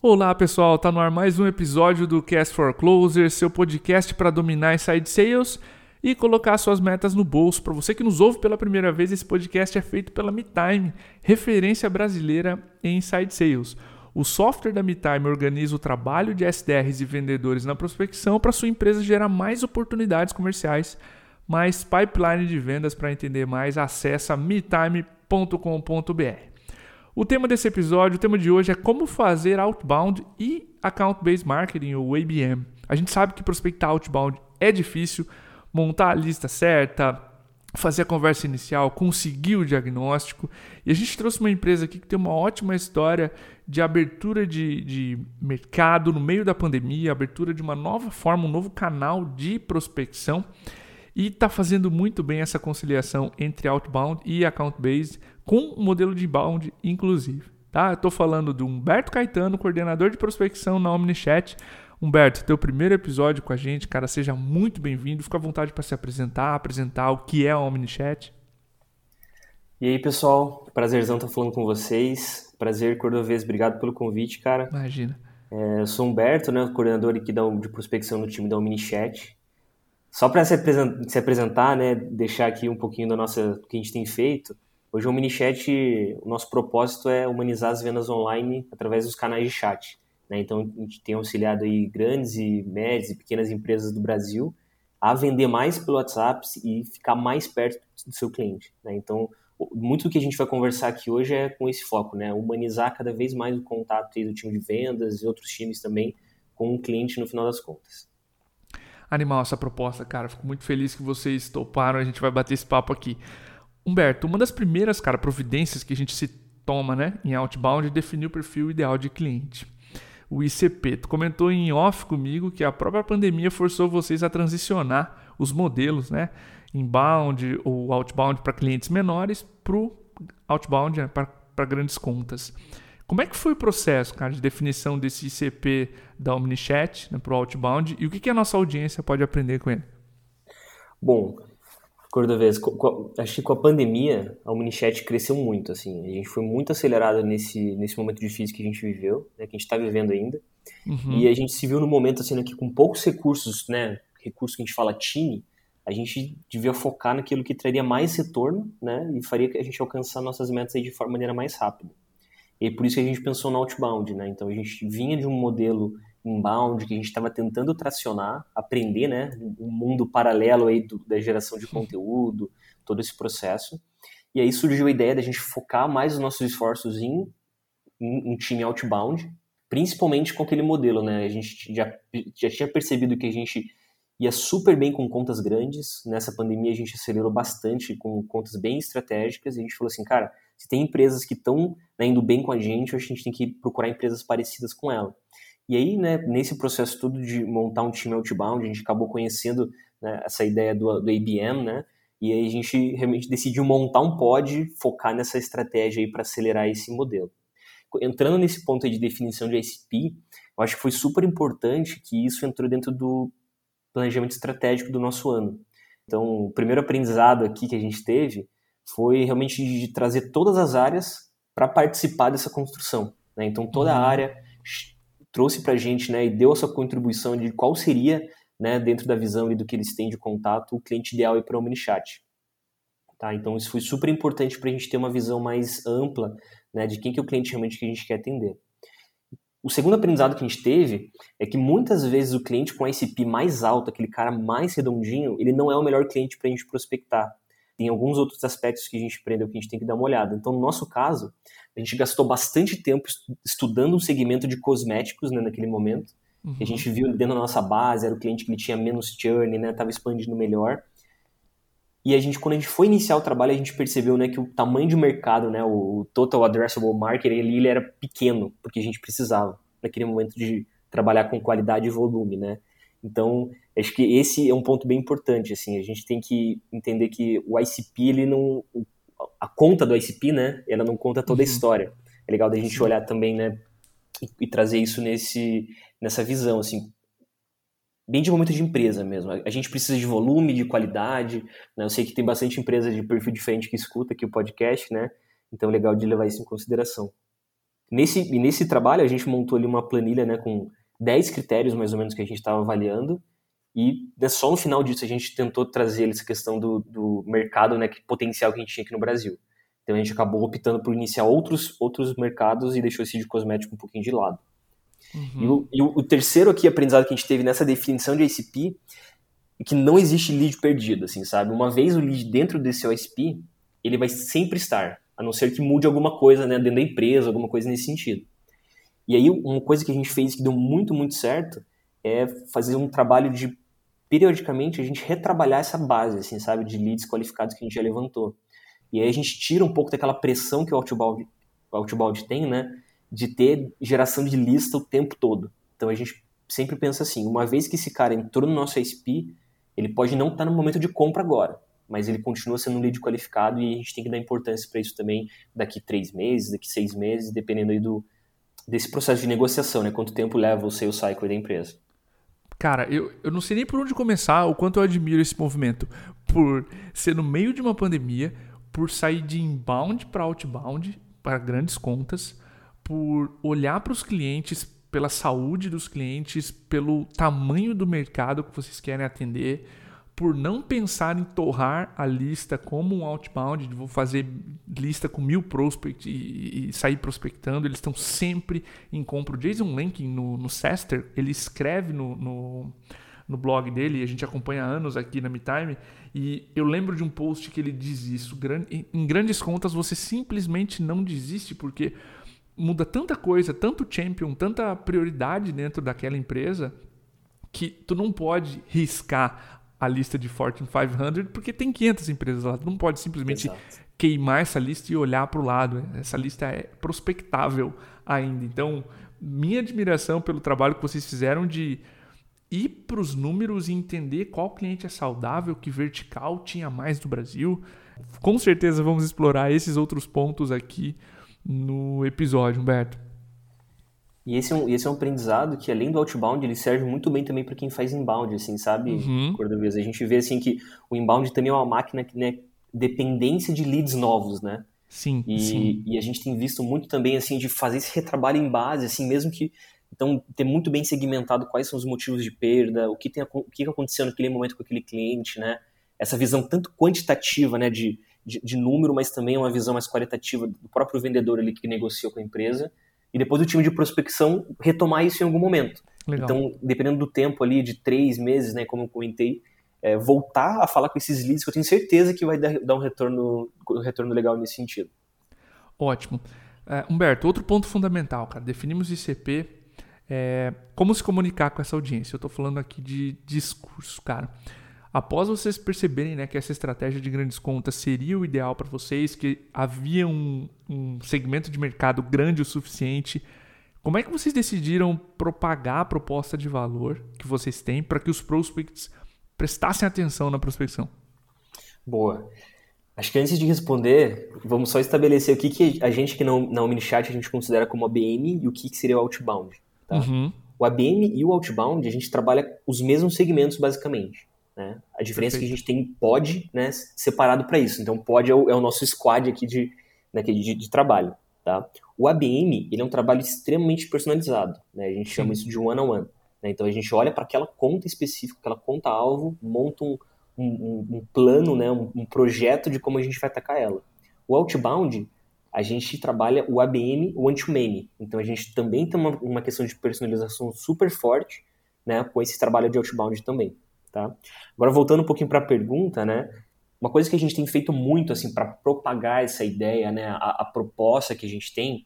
Olá pessoal, tá no ar mais um episódio do Cast for Closer, seu podcast para dominar inside sales e colocar suas metas no bolso. Para você que nos ouve pela primeira vez, esse podcast é feito pela MeTime, referência brasileira em inside sales. O software da MeTime organiza o trabalho de SDRs e vendedores na prospecção para sua empresa gerar mais oportunidades comerciais, mais pipeline de vendas. Para entender mais, acessa metime.com.br. O tema desse episódio, o tema de hoje é como fazer outbound e account-based marketing, ou ABM. A gente sabe que prospectar outbound é difícil, montar a lista certa, fazer a conversa inicial, conseguir o diagnóstico. E a gente trouxe uma empresa aqui que tem uma ótima história de abertura de mercado no meio da pandemia, abertura de uma nova forma, um novo canal de prospecção. E está fazendo muito bem essa conciliação entre outbound e account-based com o modelo de inbound, inclusive. Tá? Eu estou falando do Humberto Caetano, coordenador de prospecção na OmniChat. Humberto, teu primeiro episódio com a gente, cara, seja muito bem-vindo. Fica à vontade para se apresentar o que é a OmniChat. E aí, pessoal, prazerzão estar falando com vocês. Prazer, Cordovez, obrigado pelo convite, cara. Imagina. Eu sou o Humberto, né, coordenador aqui de prospecção no time da OmniChat. Só para se apresentar, né, deixar aqui um pouquinho do que a gente tem feito. Hoje o OmniChat, o nosso propósito é humanizar as vendas online através dos canais de chat. Né? Então a gente tem auxiliado aí grandes e médias e pequenas empresas do Brasil a vender mais pelo WhatsApp e ficar mais perto do seu cliente. Né? Então muito do que a gente vai conversar aqui hoje é com esse foco, né? Humanizar cada vez mais o contato aí do time de vendas e outros times também com o cliente no final das contas. Animal essa proposta, cara. Fico muito feliz que vocês toparam. A gente vai bater esse papo aqui. Humberto, uma das primeiras, cara, providências que a gente se toma, né, em outbound é definir o perfil ideal de cliente. O ICP. Tu comentou em off comigo que a própria pandemia forçou vocês a transicionar os modelos, né, inbound ou outbound para clientes menores para o outbound, né, para grandes contas. Como é que foi o processo, cara, de definição desse ICP da OmniChat, né, para o outbound, e o que a nossa audiência pode aprender com ele? Bom, Cordovez, acho que com a pandemia a OmniChat cresceu muito, assim, a gente foi muito acelerado nesse momento difícil que a gente viveu, né, que a gente está vivendo ainda, e a gente se viu no momento, assim, né, que com poucos recursos, né, recursos que a gente fala time, a gente devia focar naquilo que traria mais retorno, né, e faria que a gente alcançar nossas metas aí de maneira mais rápida. E por isso que a gente pensou no outbound, né? Então a gente vinha de um modelo inbound que a gente estava tentando tracionar, aprender, né? Um mundo paralelo aí da geração de conteúdo, todo esse processo. E aí surgiu a ideia da gente focar mais os nossos esforços em um time outbound, principalmente com aquele modelo, né? A gente já tinha percebido que a gente ia super bem com contas grandes. Nessa pandemia a gente acelerou bastante com contas bem estratégicas. E a gente falou assim, cara, se tem empresas que estão, né, indo bem com a gente tem que procurar empresas parecidas com ela. E aí, né, nesse processo todo de montar um time outbound, a gente acabou conhecendo, né, essa ideia do ABM, né? E aí a gente realmente decidiu montar um pod, focar nessa estratégia aí para acelerar esse modelo. Entrando nesse ponto aí de definição de ICP, eu acho que foi super importante que isso entrou dentro do planejamento estratégico do nosso ano. Então, o primeiro aprendizado aqui que a gente teve foi realmente de trazer todas as áreas para participar dessa construção. Né? Então, toda a área trouxe para a gente, né, e deu a sua contribuição de qual seria, né, dentro da visão e do que eles têm de contato, o cliente ideal para o OmniChat. Tá? Então, isso foi super importante para a gente ter uma visão mais ampla, né, de quem que é o cliente realmente que a gente quer atender. O segundo aprendizado que a gente teve é que muitas vezes o cliente com ICP mais alto, aquele cara mais redondinho, ele não é o melhor cliente para a gente prospectar. Tem alguns outros aspectos que a gente aprendeu que a gente tem que dar uma olhada. Então, no nosso caso, a gente gastou bastante tempo estudando um segmento de cosméticos, né, naquele momento. A gente viu dentro da nossa base, era o cliente que ele tinha menos churn, né, estava expandindo melhor. E quando a gente foi iniciar o trabalho, a gente percebeu, né, que o tamanho de mercado, né, o total addressable market, ele era pequeno, porque a gente precisava, naquele momento, de trabalhar com qualidade e volume, né. Então, acho que esse é um ponto bem importante, assim, a gente tem que entender que o ICP, a conta do ICP, né, ela não conta toda a história. É legal da gente olhar também, né, e trazer isso nessa visão, assim, bem de momento de empresa mesmo. A gente precisa de volume, de qualidade, né? Eu sei que tem bastante empresa de perfil diferente que escuta aqui o podcast, né? Então é legal de levar isso em consideração. Nesse trabalho, a gente montou ali uma planilha, né, com 10 critérios, mais ou menos, que a gente estava avaliando, e só no final disso a gente tentou trazer essa questão do mercado, né, que potencial que a gente tinha aqui no Brasil. Então a gente acabou optando por iniciar outros mercados e deixou esse de cosmético um pouquinho de lado. Uhum. E o terceiro aqui aprendizado que a gente teve nessa definição de ICP é que não existe lead perdido, assim, sabe? Uma vez o lead dentro desse OSP, ele vai sempre estar, a não ser que mude alguma coisa, né, dentro da empresa, alguma coisa nesse sentido. E aí uma coisa que a gente fez que deu muito, muito certo é fazer um trabalho de, periodicamente, a gente retrabalhar essa base, assim, sabe? De leads qualificados que a gente já levantou. E aí a gente tira um pouco daquela pressão que o outbound tem, né? De ter geração de lista o tempo todo. Então a gente sempre pensa assim, uma vez que esse cara entrou no nosso ISP, ele pode não estar no momento de compra agora, mas ele continua sendo um lead qualificado e a gente tem que dar importância para isso também daqui 3 meses, daqui 6 meses, dependendo aí desse processo de negociação, né? Quanto tempo leva o sales cycle da empresa. Cara, eu não sei nem por onde começar o quanto eu admiro esse movimento. Por ser no meio de uma pandemia, por sair de inbound para outbound, para grandes contas, por olhar para os clientes, pela saúde dos clientes, pelo tamanho do mercado que vocês querem atender, por não pensar em torrar a lista como um outbound, de vou fazer lista com 1000 prospects e sair prospectando. Eles estão sempre em compra. O Jason Lenkin, no Sester, ele escreve no blog dele, e a gente acompanha há anos aqui na MeTime, e eu lembro de um post que ele diz isso: em grandes contas você simplesmente não desiste, porque muda tanta coisa, tanto champion, tanta prioridade dentro daquela empresa, que tu não pode riscar a lista de Fortune 500, porque tem 500 empresas lá. Tu não pode simplesmente queimar essa lista e olhar para o lado. Essa lista é prospectável ainda. Então, minha admiração pelo trabalho que vocês fizeram de ir para os números e entender qual cliente é saudável, que vertical tinha mais no Brasil. Com certeza vamos explorar esses outros pontos aqui no episódio, Humberto. E esse é um aprendizado que, além do outbound, ele serve muito bem também para quem faz inbound, assim, sabe, Cordovez? A gente vê, assim, que o inbound também é uma máquina que, né, dependência de leads novos, né? Sim, sim. E a gente tem visto muito também, assim, de fazer esse retrabalho em base, assim, mesmo que... Então, ter muito bem segmentado quais são os motivos de perda, o que aconteceu naquele momento com aquele cliente, né? Essa visão tanto quantitativa, né, de número, mas também uma visão mais qualitativa do próprio vendedor ali que negociou com a empresa. E depois o time de prospecção retomar isso em algum momento. Legal. Então, dependendo do tempo ali, de 3 meses, né, como eu comentei, voltar a falar com esses leads, que eu tenho certeza que vai dar um retorno legal nesse sentido. Ótimo. Humberto, outro ponto fundamental, cara. Definimos ICP, como se comunicar com essa audiência. Eu estou falando aqui de discurso, cara. Após vocês perceberem, né, que essa estratégia de grandes contas seria o ideal para vocês, que havia um segmento de mercado grande o suficiente, como é que vocês decidiram propagar a proposta de valor que vocês têm para que os prospects prestassem atenção na prospecção? Boa. Acho que antes de responder, vamos só estabelecer o que a gente aqui na OmniChat a gente considera como ABM e o que seria o outbound. Tá? Uhum. O ABM e o outbound, a gente trabalha os mesmos segmentos basicamente. Né? A diferença é que a gente tem pod, né, separado para isso. Então, pod é o nosso squad aqui de trabalho. Tá? O ABM ele é um trabalho extremamente personalizado. Né? A gente chama isso de one-on-one. Né? Então, a gente olha para aquela conta específica, aquela conta-alvo, monta um plano, né, um projeto de como a gente vai atacar ela. O outbound, a gente trabalha o ABM, o one-to-many. Então, a gente também tem uma questão de personalização super forte, né, com esse trabalho de outbound também. Tá? Agora, voltando um pouquinho para a pergunta, né, uma coisa que a gente tem feito muito assim, para propagar essa ideia, né, a proposta que a gente tem,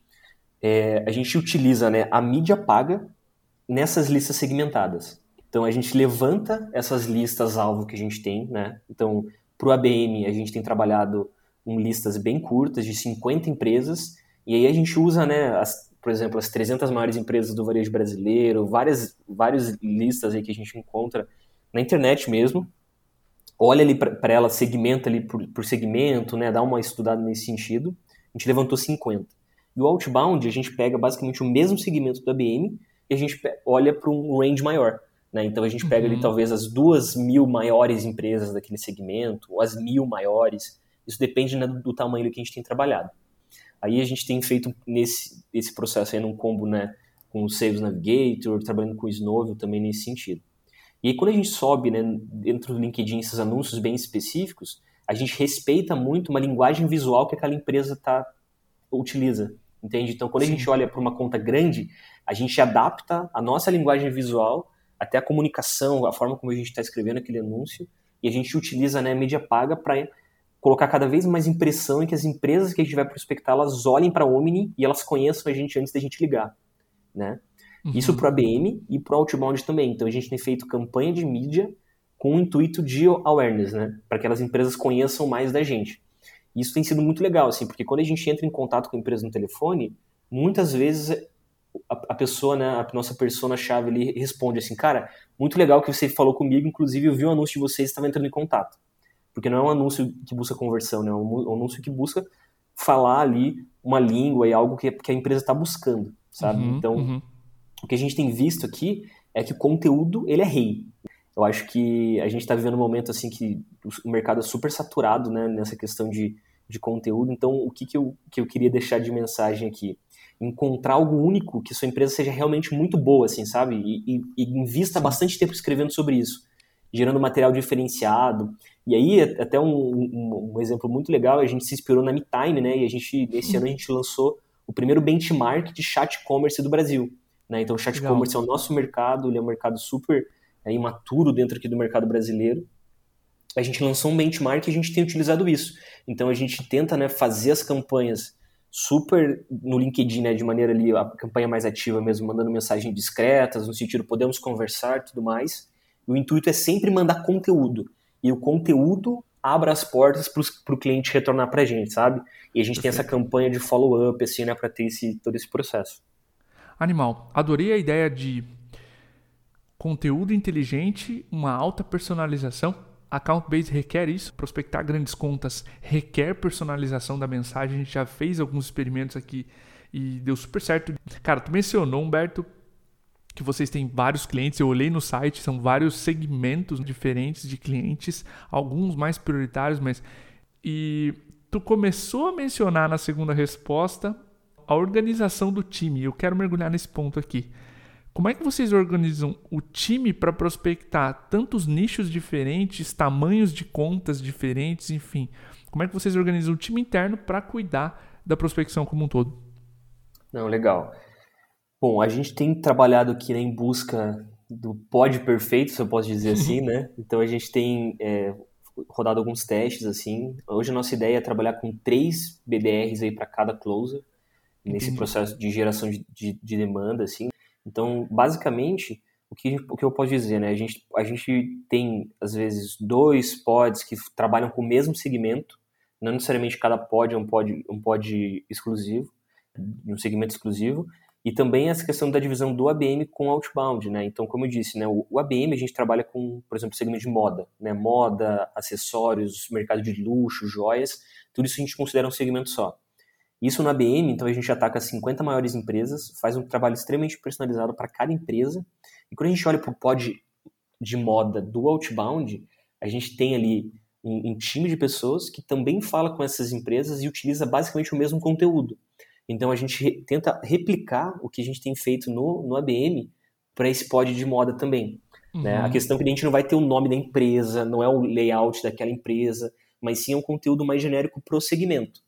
a gente utiliza, né, a mídia paga nessas listas segmentadas. Então, a gente levanta essas listas-alvo que a gente tem. Né? Então, para o ABM, a gente tem trabalhado em listas bem curtas, de 50 empresas, e aí a gente usa, né, por exemplo, as 300 maiores empresas do varejo brasileiro, várias listas aí que a gente encontra na internet mesmo, olha ali para ela, segmenta ali por segmento, né, dá uma estudada nesse sentido. A gente levantou 50. E o outbound, a gente pega basicamente o mesmo segmento do ABM e a gente olha para um range maior. Né? Então a gente pega ali talvez as 2.000 maiores empresas daquele segmento, ou as 1.000 maiores. Isso depende, né, do tamanho que a gente tem trabalhado. Aí a gente tem feito esse processo aí num combo, né, com o Sales Navigator, trabalhando com o Snowville também nesse sentido. E aí quando a gente sobe, né, dentro do LinkedIn esses anúncios bem específicos, a gente respeita muito uma linguagem visual que aquela empresa utiliza, entende? Então quando a gente Sim. olha para uma conta grande, a gente adapta a nossa linguagem visual, até a comunicação, a forma como a gente está escrevendo aquele anúncio, e a gente utiliza, né, a mídia paga para colocar cada vez mais impressão em que as empresas que a gente vai prospectar, elas olhem para a Omni e elas conheçam a gente antes da gente ligar, né? Isso para o ABM e para o Outbound também. Então a gente tem feito campanha de mídia com o intuito de awareness, né? Para que aquelas empresas conheçam mais da gente. E isso tem sido muito legal, assim, porque quando a gente entra em contato com a empresa no telefone, muitas vezes a pessoa, né, a nossa persona-chave ali responde assim, cara, muito legal que você falou comigo, inclusive eu vi um anúncio de vocês e estava entrando em contato. Porque não é um anúncio que busca conversão, né? É um anúncio que busca falar ali uma língua e algo que a empresa está buscando, sabe? Então, o que a gente tem visto aqui é que o conteúdo, ele é rei. Eu acho que a gente está vivendo um momento assim que o mercado é super saturado, né, nessa questão de conteúdo. Então, o que eu queria deixar de mensagem aqui? Encontrar algo único que sua empresa seja realmente muito boa, assim, sabe? E invista bastante tempo escrevendo sobre isso, gerando material diferenciado. E aí, até um exemplo muito legal, a gente se inspirou na MeTime, né? E esse ano a gente lançou o primeiro benchmark de chat e-commerce do Brasil, né? Então, o chat e-commerce é o nosso mercado, ele é um mercado super imaturo dentro aqui do mercado brasileiro. A gente lançou um benchmark e a gente tem utilizado isso. Então, a gente tenta, né, fazer as campanhas super no LinkedIn, né, de maneira ali, a campanha mais ativa mesmo, mandando mensagens discretas, no sentido, podemos conversar e tudo mais. O intuito é sempre mandar conteúdo. E o conteúdo abre as portas para o cliente retornar para a gente, sabe? E a gente tem essa campanha de follow-up, assim, né, para ter todo esse processo. Animal. Adorei a ideia de conteúdo inteligente, uma alta personalização. Account Base requer isso. Prospectar grandes contas requer personalização da mensagem. A gente já fez alguns experimentos aqui e deu super certo. Cara, tu mencionou, Humberto, que vocês têm vários clientes. Eu olhei no site, são vários segmentos diferentes de clientes, alguns mais prioritários, mas... E tu começou a mencionar na segunda resposta a organização do time. Eu quero mergulhar nesse ponto aqui. Como é que vocês organizam o time para prospectar tantos nichos diferentes, tamanhos de contas diferentes, enfim? Como é que vocês organizam o time interno para cuidar da prospecção como um todo? Não, legal. Bom, a gente tem trabalhado aqui, né, em busca do pod perfeito, se eu posso dizer assim, né? Então a gente tem rodado alguns testes, assim. Hoje a nossa ideia é trabalhar com 3 BDRs aí para cada closer, nesse processo de geração de demanda, assim. Então, basicamente, o que eu posso dizer, né? A gente tem, às vezes, 2 pods que trabalham com o mesmo segmento, não necessariamente cada pod é um pod exclusivo, um segmento exclusivo, e também essa questão da divisão do ABM com Outbound, né? Então, como eu disse, né, o ABM a gente trabalha com, por exemplo, segmento de moda, né? Moda, acessórios, mercado de luxo, joias, tudo isso a gente considera um segmento só. Isso no ABM, então a gente ataca as 50 maiores empresas, faz um trabalho extremamente personalizado para cada empresa. E quando a gente olha para o pod de moda do Outbound, a gente tem ali um time de pessoas que também fala com essas empresas e utiliza basicamente o mesmo conteúdo. Então a gente tenta replicar o que a gente tem feito no ABM para esse pod de moda também. Né? A questão é que a gente não vai ter o nome da empresa, não é o layout daquela empresa, mas sim é um conteúdo mais genérico para o segmento.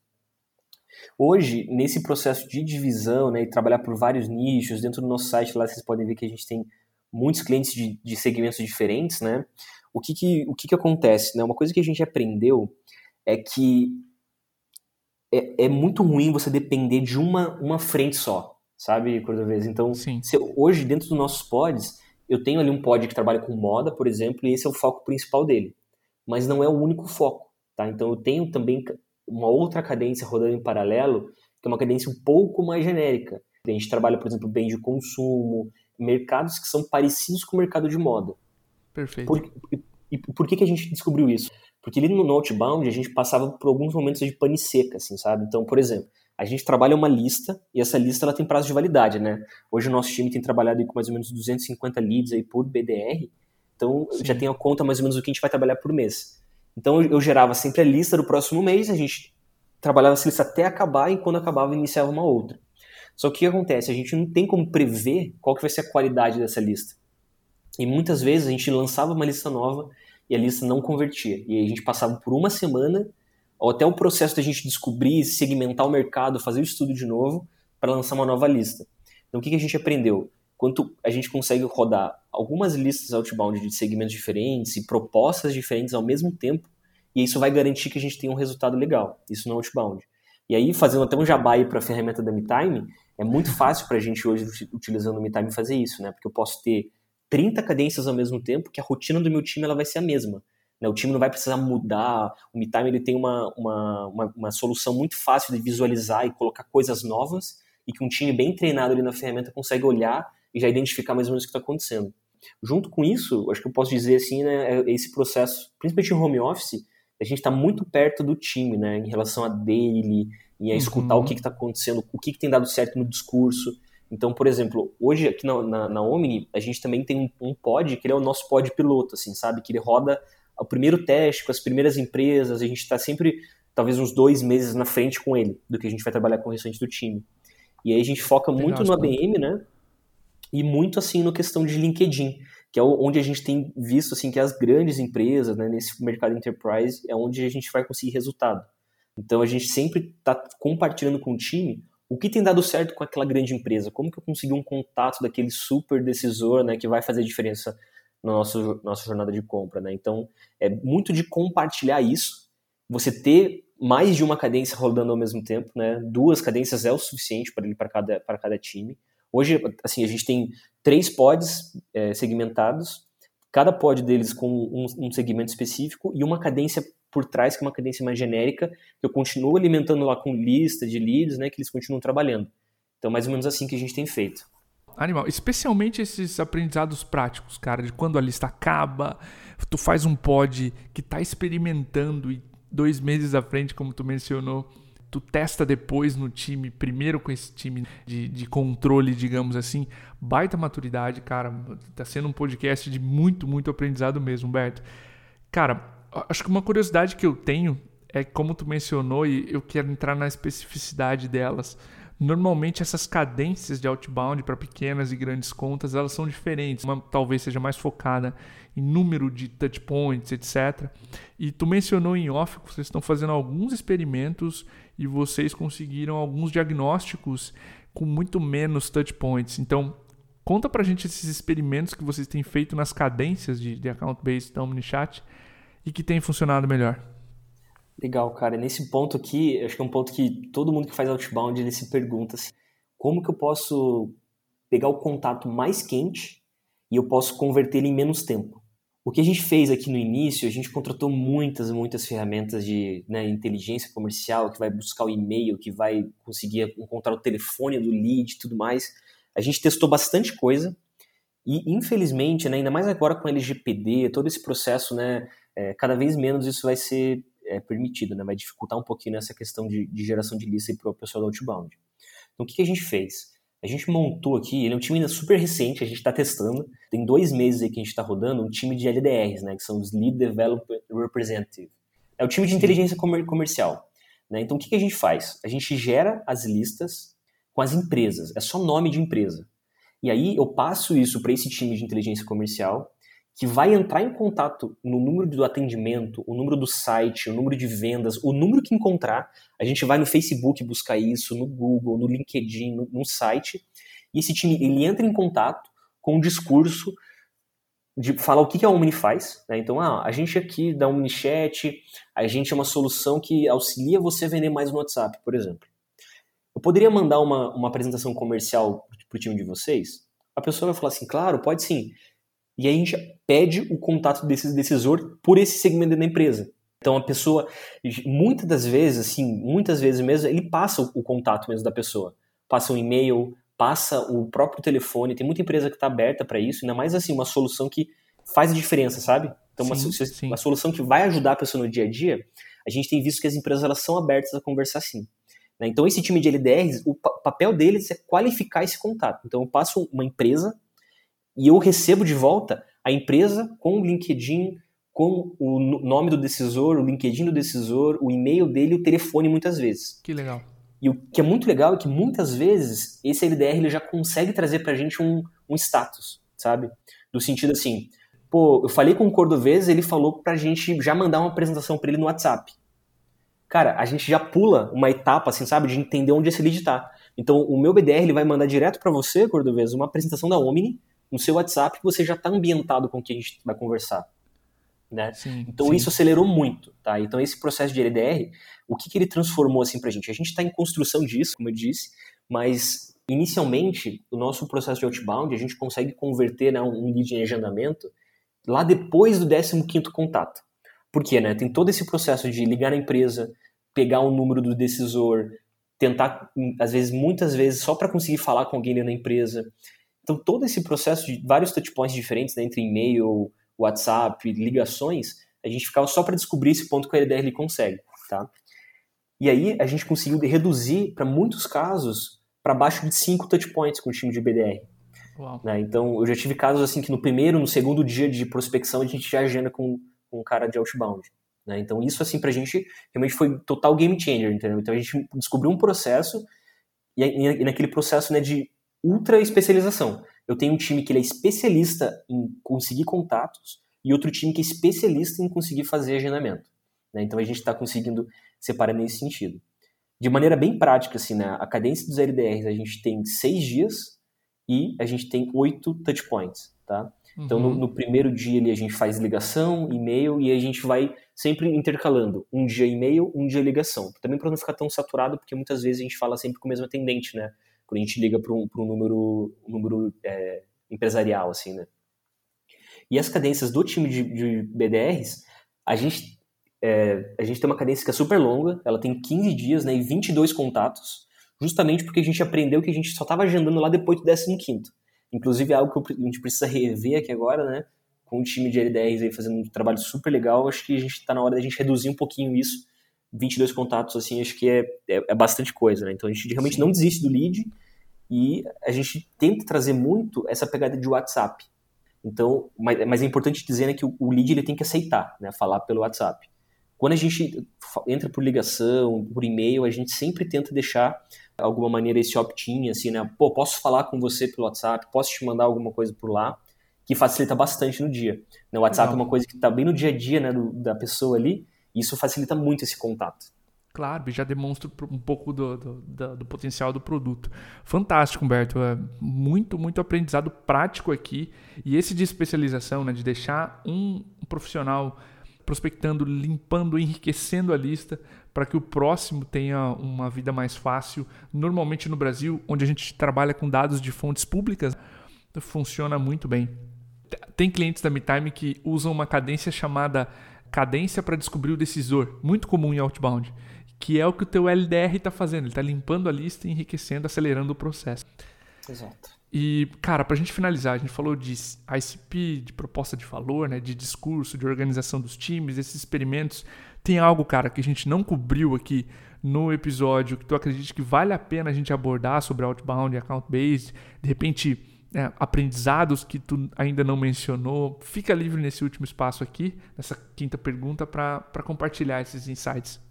Hoje, nesse processo de divisão, né, e trabalhar por vários nichos, dentro do nosso site lá vocês podem ver que a gente tem muitos clientes de segmentos diferentes, né? O que acontece? Né? Uma coisa que a gente aprendeu é que é muito ruim você depender de uma frente só, sabe, Cordovez? Então, hoje, dentro dos nossos pods, eu tenho ali um pod que trabalha com moda, por exemplo, e esse é o foco principal dele. Mas não é o único foco, tá? Então, eu tenho também uma outra cadência rodando em paralelo, que é uma cadência um pouco mais genérica. A gente trabalha, por exemplo, bem de consumo, mercados que são parecidos com o mercado de moda. Perfeito. E por que a gente descobriu isso? Porque ali no Outbound a gente passava por alguns momentos de pane seca, assim, sabe? Então, por exemplo, a gente trabalha uma lista e essa lista ela tem prazo de validade, né? Hoje o nosso time tem trabalhado com mais ou menos 250 leads aí por BDR, então já tem a conta mais ou menos do que a gente vai trabalhar por mês. Então eu gerava sempre a lista do próximo mês, a gente trabalhava essa lista até acabar e quando acabava iniciava uma outra. Só que o que acontece? A gente não tem como prever qual que vai ser a qualidade dessa lista. E muitas vezes a gente lançava uma lista nova e a lista não convertia. E aí a gente passava por uma semana ou até o processo da gente descobrir, segmentar o mercado, fazer o estudo de novo para lançar uma nova lista. Então o que a gente aprendeu? Quanto a gente consegue rodar algumas listas outbound de segmentos diferentes e propostas diferentes ao mesmo tempo, e isso vai garantir que a gente tenha um resultado legal. Isso no outbound. E aí, fazendo até um jabá aí para a ferramenta da MeTime, é muito fácil para a gente hoje, utilizando o MeTime, fazer isso, né? Porque eu posso ter 30 cadências ao mesmo tempo, que a rotina do meu time ela vai ser a mesma. Né? O time não vai precisar mudar. O MeTime ele tem uma solução muito fácil de visualizar e colocar coisas novas, e que um time bem treinado ali na ferramenta consegue olhar e já identificar mais ou menos o que está acontecendo. Junto com isso, acho que eu posso dizer assim, né, esse processo, principalmente em home office, a gente está muito perto do time, né, em relação a daily, e a escutar o que está acontecendo, o que tem dado certo no discurso. Então, por exemplo, hoje aqui na Omni, a gente também tem um pod, que ele é o nosso pod piloto, assim, sabe? Que ele roda o primeiro teste com as primeiras empresas, a gente está sempre, talvez uns 2 meses na frente com ele, do que a gente vai trabalhar com o restante do time. E aí a gente foca muito no ABM, né? E muito, assim, no questão de LinkedIn, que é onde a gente tem visto, assim, que as grandes empresas, né, nesse mercado enterprise, é onde a gente vai conseguir resultado. Então, a gente sempre está compartilhando com o time o que tem dado certo com aquela grande empresa, como que eu consegui um contato daquele super decisor, né, que vai fazer diferença na nossa jornada de compra, né? Então, é muito de compartilhar isso, você ter mais de uma cadência rodando ao mesmo tempo, né? 2 cadências é o suficiente para cada time. Hoje, assim, a gente tem 3 pods segmentados, cada pod deles com um segmento específico e uma cadência por trás, que é uma cadência mais genérica, que eu continuo alimentando lá com lista de leads, né, que eles continuam trabalhando. Então, mais ou menos assim que a gente tem feito. Animal, especialmente esses aprendizados práticos, cara, de quando a lista acaba, tu faz um pod que tá experimentando e 2 meses à frente, como tu mencionou, tu testa depois no time, primeiro com esse time de controle, digamos assim, baita maturidade, cara, tá sendo um podcast de muito, muito aprendizado mesmo, Humberto. Cara, acho que uma curiosidade que eu tenho é como tu mencionou, e eu quero entrar na especificidade delas. Normalmente essas cadências de outbound para pequenas e grandes contas, elas são diferentes. Uma talvez seja mais focada em número de touchpoints, etc. E tu mencionou em off que vocês estão fazendo alguns experimentos e vocês conseguiram alguns diagnósticos com muito menos touchpoints. Então, conta pra gente esses experimentos que vocês têm feito nas cadências de account-based da OmniChat e que tem funcionado melhor. Legal, cara. Nesse ponto aqui, acho que é um ponto que todo mundo que faz outbound ele se pergunta assim, como que eu posso pegar o contato mais quente e eu posso converter ele em menos tempo? O que a gente fez aqui no início, a gente contratou muitas ferramentas de inteligência comercial, que vai buscar o e-mail, que vai conseguir encontrar o telefone do lead e tudo mais. A gente testou bastante coisa e, infelizmente, né, ainda mais agora com LGPD, todo esse processo, né, cada vez menos isso vai ser permitido, né? Vai dificultar um pouquinho essa questão de geração de lista para o pessoal do outbound. Então, o que a gente fez? A gente montou aqui, ele é um time ainda super recente, a gente está testando, tem 2 meses aí que a gente está rodando, um time de LDRs, né? Que são os Lead Development Representative. É o time de inteligência comercial. Né? Então, o que a gente faz? A gente gera as listas com as empresas, é só nome de empresa. E aí eu passo isso para esse time de inteligência comercial, que vai entrar em contato no número do atendimento, o número do site, o número de vendas, o número que encontrar. A gente vai no Facebook buscar isso, no Google, no LinkedIn, no site. E esse time ele entra em contato com um discurso de falar o que a Omni faz. Né? Então, a gente aqui da OmniChat, a gente é uma solução que auxilia você a vender mais no WhatsApp, por exemplo. Eu poderia mandar uma apresentação comercial para o time de vocês? A pessoa vai falar assim, claro, pode sim. E aí a gente pede o contato desse decisor por esse segmento da empresa. Então a pessoa, muitas vezes mesmo, ele passa o contato mesmo da pessoa. Passa um e-mail, passa o próprio telefone. Tem muita empresa que está aberta para isso, ainda mais assim, uma solução que faz diferença, sabe? Então uma solução que vai ajudar a pessoa no dia a dia, a gente tem visto que as empresas elas são abertas a conversar sim. Né? Então esse time de LDRs, o papel deles é qualificar esse contato. Então eu passo uma empresa e eu recebo de volta a empresa com o LinkedIn, com o nome do decisor, o LinkedIn do decisor, o e-mail dele e o telefone muitas vezes. Que legal. E o que é muito legal é que muitas vezes esse LDR ele já consegue trazer pra gente um status, sabe? Do sentido assim, pô, eu falei com o Cordovez, ele falou pra gente já mandar uma apresentação pra ele no WhatsApp. Cara, a gente já pula uma etapa, assim, sabe? De entender onde esse lead tá. Então, o meu BDR ele vai mandar direto pra você, Cordovez, uma apresentação da Omni no seu WhatsApp que você já tá ambientado com o que a gente vai conversar. Né? Sim, então sim. isso acelerou muito, tá? Então esse processo de LDR, o que ele transformou assim pra gente? A gente está em construção disso, como eu disse, mas inicialmente o nosso processo de outbound a gente consegue converter, né, um lead em agendamento lá depois do 15º contato. Por quê? Né? Tem todo esse processo de ligar na empresa, pegar o número do decisor, tentar, às vezes, muitas vezes, só para conseguir falar com alguém ali na empresa. Então todo esse processo de vários touchpoints diferentes, né, entre e-mail, WhatsApp, ligações, a gente ficava só para descobrir esse ponto que o LDR ele consegue, tá? E aí a gente conseguiu reduzir, para muitos casos, para baixo de 5 touchpoints com o time de BDR. Né? Então eu já tive casos assim que no primeiro, no segundo dia de prospecção a gente já agenda com um cara de outbound. Né? Então isso assim pra gente realmente foi total game changer, entendeu? Então a gente descobriu um processo e naquele processo, né, de ultra especialização. Eu tenho um time que ele é especialista em conseguir contatos e outro time que é especialista em conseguir fazer agendamento. Né? Então a gente está conseguindo separar nesse sentido. De maneira bem prática, assim, né? A cadência dos LDRs a gente tem 6 dias e a gente tem 8 touchpoints. Tá? Então no primeiro dia ali, a gente faz ligação, e-mail e a gente vai sempre intercalando. Um dia e-mail, um dia ligação. Também para não ficar tão saturado, porque muitas vezes a gente fala sempre com o mesmo atendente, né? Quando a gente liga para um número empresarial, assim, né? E as cadências do time de BDRs, a gente tem uma cadência que é super longa, ela tem 15 dias, né, e 22 contatos, justamente porque a gente aprendeu que a gente só estava agendando lá depois do 15º. Inclusive é algo que a gente precisa rever aqui agora, né? Com o time de LDRs aí fazendo um trabalho super legal, acho que a gente está na hora da gente reduzir um pouquinho isso. 22 contatos, assim, acho que é bastante coisa, né? Então a gente realmente não desiste do lead e a gente tenta trazer muito essa pegada de WhatsApp. Então, mas é importante dizer, né, que o lead ele tem que aceitar, né, falar pelo WhatsApp. Quando a gente entra por ligação, por e-mail, a gente sempre tenta deixar, de alguma maneira, esse opt-in, assim, né? Pô, posso falar com você pelo WhatsApp, posso te mandar alguma coisa por lá, que facilita bastante no dia. O WhatsApp é uma coisa que está bem no dia a dia, né, da pessoa ali, e isso facilita muito esse contato. Claro, e já demonstra um pouco do potencial do produto. Fantástico, Humberto. Muito, muito aprendizado prático aqui. E esse de especialização, né, de deixar um profissional prospectando, limpando, enriquecendo a lista para que o próximo tenha uma vida mais fácil. Normalmente no Brasil, onde a gente trabalha com dados de fontes públicas, funciona muito bem. Tem clientes da MeTime que usam uma cadência chamada cadência para descobrir o decisor, muito comum em outbound, que é o que o teu LDR está fazendo. Ele está limpando a lista, enriquecendo, acelerando o processo. Exato. E, cara, para a gente finalizar, a gente falou de ICP, de proposta de valor, né, de discurso, de organização dos times, esses experimentos. Tem algo, cara, que a gente não cobriu aqui no episódio, que tu acredita que vale a pena a gente abordar sobre outbound e account-based, de repente, aprendizados que tu ainda não mencionou? Fica livre nesse último espaço aqui, nessa quinta pergunta, para compartilhar esses insights.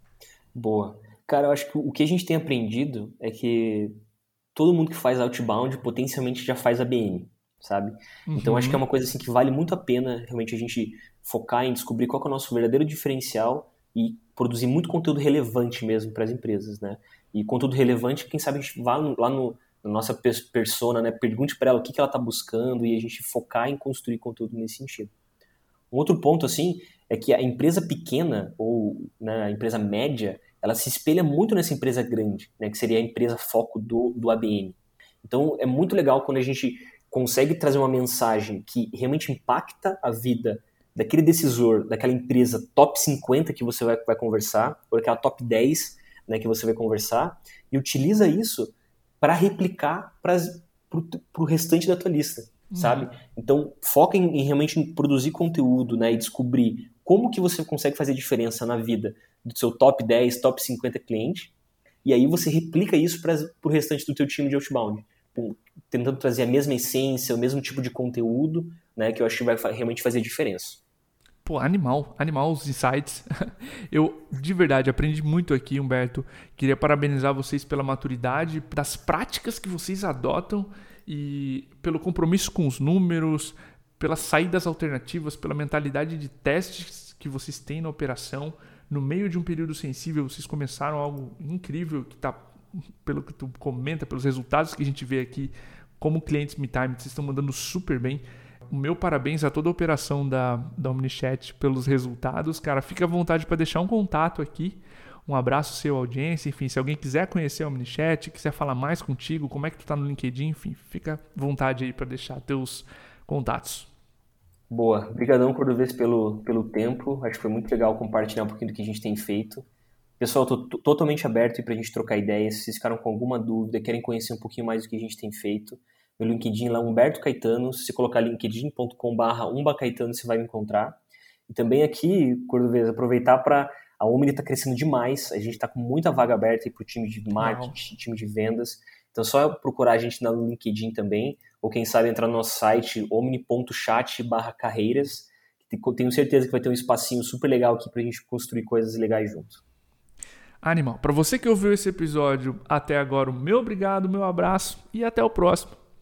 Boa. Cara, eu acho que o que a gente tem aprendido é que todo mundo que faz outbound potencialmente já faz ABM, sabe? Então acho que é uma coisa assim que vale muito a pena realmente a gente focar em descobrir qual que é o nosso verdadeiro diferencial e produzir muito conteúdo relevante mesmo para as empresas, né? E conteúdo relevante, quem sabe a gente vá lá na nossa persona, né? Pergunte para ela o que ela está buscando e a gente focar em construir conteúdo nesse sentido. Um outro ponto, assim, é que a empresa pequena ou, né, a empresa média, ela se espelha muito nessa empresa grande, né, que seria a empresa foco do ABM. Então, é muito legal quando a gente consegue trazer uma mensagem que realmente impacta a vida daquele decisor, daquela empresa top 50 que você vai conversar, ou aquela top 10, né, que você vai conversar, e utiliza isso para replicar para o restante da tua lista. Sabe? Então, foca em realmente produzir conteúdo, né, e descobrir como que você consegue fazer diferença na vida do seu top 10, top 50 cliente, e aí você replica isso para o restante do teu time de outbound, tentando trazer a mesma essência, o mesmo tipo de conteúdo, né, que eu acho que vai realmente fazer diferença. Pô, animal os insights. Eu, de verdade, aprendi muito aqui, Humberto. Queria parabenizar vocês pela maturidade, das práticas que vocês adotam e pelo compromisso com os números, pelas saídas alternativas, pela mentalidade de testes que vocês têm na operação. No meio de um período sensível, vocês começaram algo incrível que está, pelo que tu comenta, pelos resultados que a gente vê aqui, como clientes MeTime, vocês estão mandando super bem. O meu parabéns a toda a operação da Omnichat pelos resultados. Cara, fica à vontade para deixar um contato aqui. Um abraço seu, audiência. Enfim, se alguém quiser conhecer a Omnichat, quiser falar mais contigo, como é que tu tá no LinkedIn, enfim, fica à vontade aí para deixar teus contatos. Boa. Obrigadão, Cordovez, pelo tempo. Acho que foi muito legal compartilhar um pouquinho do que a gente tem feito. Pessoal, estou totalmente aberto para a gente trocar ideias. Se vocês ficaram com alguma dúvida, querem conhecer um pouquinho mais do que a gente tem feito, meu LinkedIn lá, Humberto Caetano. Se você colocar linkedin.com/umbacaetano, você vai me encontrar. E também aqui, Cordovez, aproveitar para... A Omni está crescendo demais. A gente está com muita vaga aberta para o time de marketing, time de vendas. Então, só procurar a gente no LinkedIn também, ou quem sabe entrar no nosso site omni.chat/carreiras. Tenho certeza que vai ter um espacinho super legal aqui para a gente construir coisas legais juntos. Animal. Para você que ouviu esse episódio até agora, o meu obrigado, meu abraço e até o próximo.